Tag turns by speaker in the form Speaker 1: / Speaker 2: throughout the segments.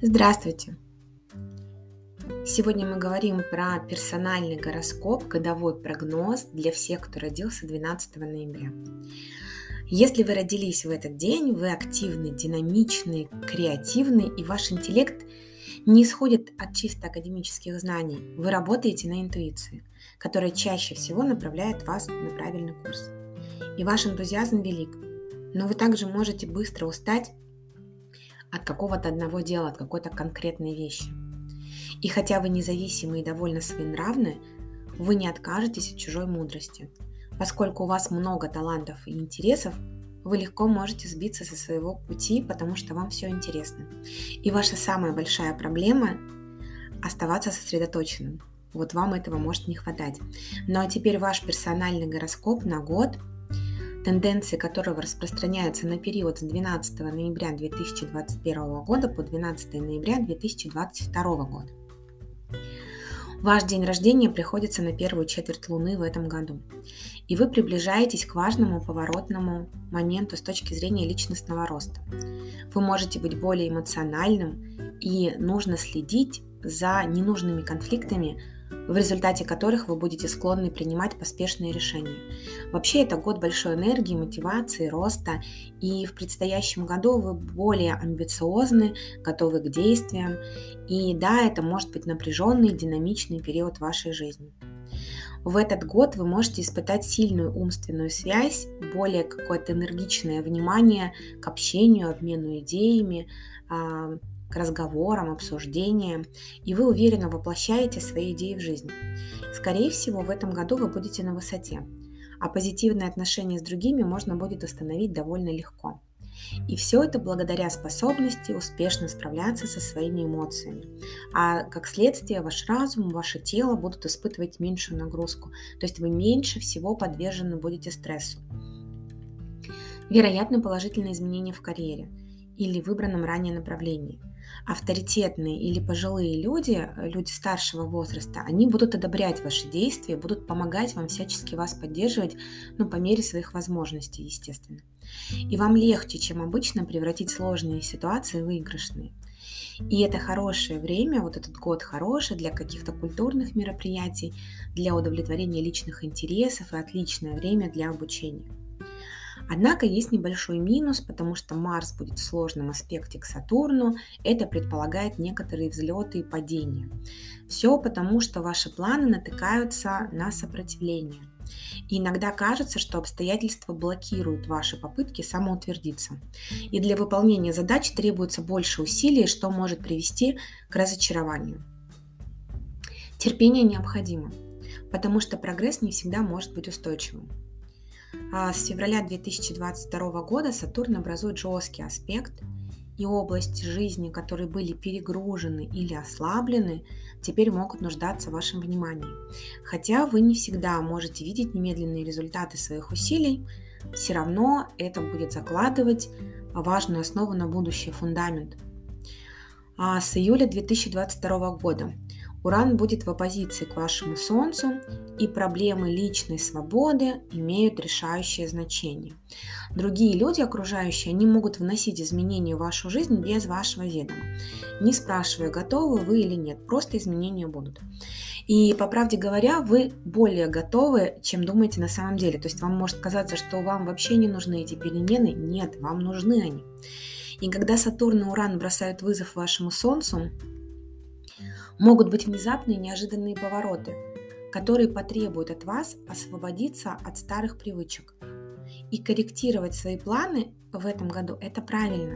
Speaker 1: Здравствуйте! Сегодня мы говорим про персональный гороскоп, годовой прогноз для всех, кто родился 12 ноября. Если вы родились в этот день, вы активны, динамичны, креативны, и ваш интеллект не исходит от чисто академических знаний. Вы работаете на интуиции, которая чаще всего направляет вас на правильный курс. И ваш энтузиазм велик, но вы также можете быстро устать от какого-то одного дела, от какой-то конкретной вещи. И хотя вы независимы и довольно своенравны, вы не откажетесь от чужой мудрости. Поскольку у вас много талантов и интересов, вы легко можете сбиться со своего пути, потому что вам все интересно. И ваша самая большая проблема – оставаться сосредоточенным. Вот вам этого может не хватать. Ну а теперь ваш персональный гороскоп на год, тенденции которого распространяются на период с 12 ноября 2021 года по 12 ноября 2022 года. Ваш день рождения приходится на первую четверть Луны в этом году, и вы приближаетесь к важному поворотному моменту с точки зрения личностного роста. Вы можете быть более эмоциональным, и нужно следить за ненужными конфликтами, в результате которых вы будете склонны принимать поспешные решения. Вообще, это год большой энергии, мотивации, роста, и в предстоящем году вы более амбициозны, готовы к действиям, и да, это может быть напряженный, динамичный период вашей жизни. В этот год вы можете испытать сильную умственную связь, более какое-то энергичное внимание к общению, обмену идеями, к разговорам, обсуждениям, и вы уверенно воплощаете свои идеи в жизнь. Скорее всего, в этом году вы будете на высоте, а позитивные отношения с другими можно будет установить довольно легко. И все это благодаря способности успешно справляться со своими эмоциями. А как следствие, ваш разум, ваше тело будут испытывать меньшую нагрузку, то есть вы меньше всего подвержены будете стрессу. Вероятно, положительные изменения в карьере или выбранном ранее направлении. Авторитетные или пожилые люди старшего возраста, они будут одобрять ваши действия, будут помогать вам, всячески вас поддерживать, по мере своих возможностей, естественно. И вам легче, чем обычно, превратить сложные ситуации в выигрышные. И это хорошее время, вот этот год хороший для каких-то культурных мероприятий, для удовлетворения личных интересов и отличное время для обучения. Однако есть небольшой минус, потому что Марс будет в сложном аспекте к Сатурну, это предполагает некоторые взлеты и падения. Все потому, что ваши планы натыкаются на сопротивление. И иногда кажется, что обстоятельства блокируют ваши попытки самоутвердиться. И для выполнения задач требуется больше усилий, что может привести к разочарованию. Терпение необходимо, потому что прогресс не всегда может быть устойчивым. С февраля 2022 года Сатурн образует жесткий аспект, и области жизни, которые были перегружены или ослаблены, теперь могут нуждаться в вашем внимании. Хотя вы не всегда можете видеть немедленные результаты своих усилий, все равно это будет закладывать важную основу на будущее, фундамент. С июля 2022 года Уран будет в оппозиции к вашему Солнцу, и проблемы личной свободы имеют решающее значение. Другие люди, окружающие, они могут вносить изменения в вашу жизнь без вашего ведома, не спрашивая, готовы вы или нет, просто изменения будут. И, по правде говоря, вы более готовы, чем думаете на самом деле. То есть вам может казаться, что вам вообще не нужны эти перемены. Нет, вам нужны они. И когда Сатурн и Уран бросают вызов вашему Солнцу, могут быть внезапные неожиданные повороты, которые потребуют от вас освободиться от старых привычек. И корректировать свои планы в этом году – это правильно.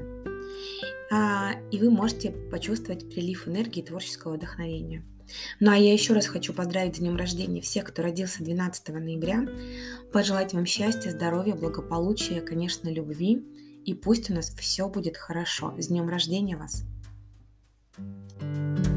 Speaker 1: И вы можете почувствовать прилив энергии и творческого вдохновения. Ну а я еще раз хочу поздравить с днем рождения всех, кто родился 12 ноября, пожелать вам счастья, здоровья, благополучия, конечно, любви. И пусть у нас все будет хорошо. С днем рождения вас!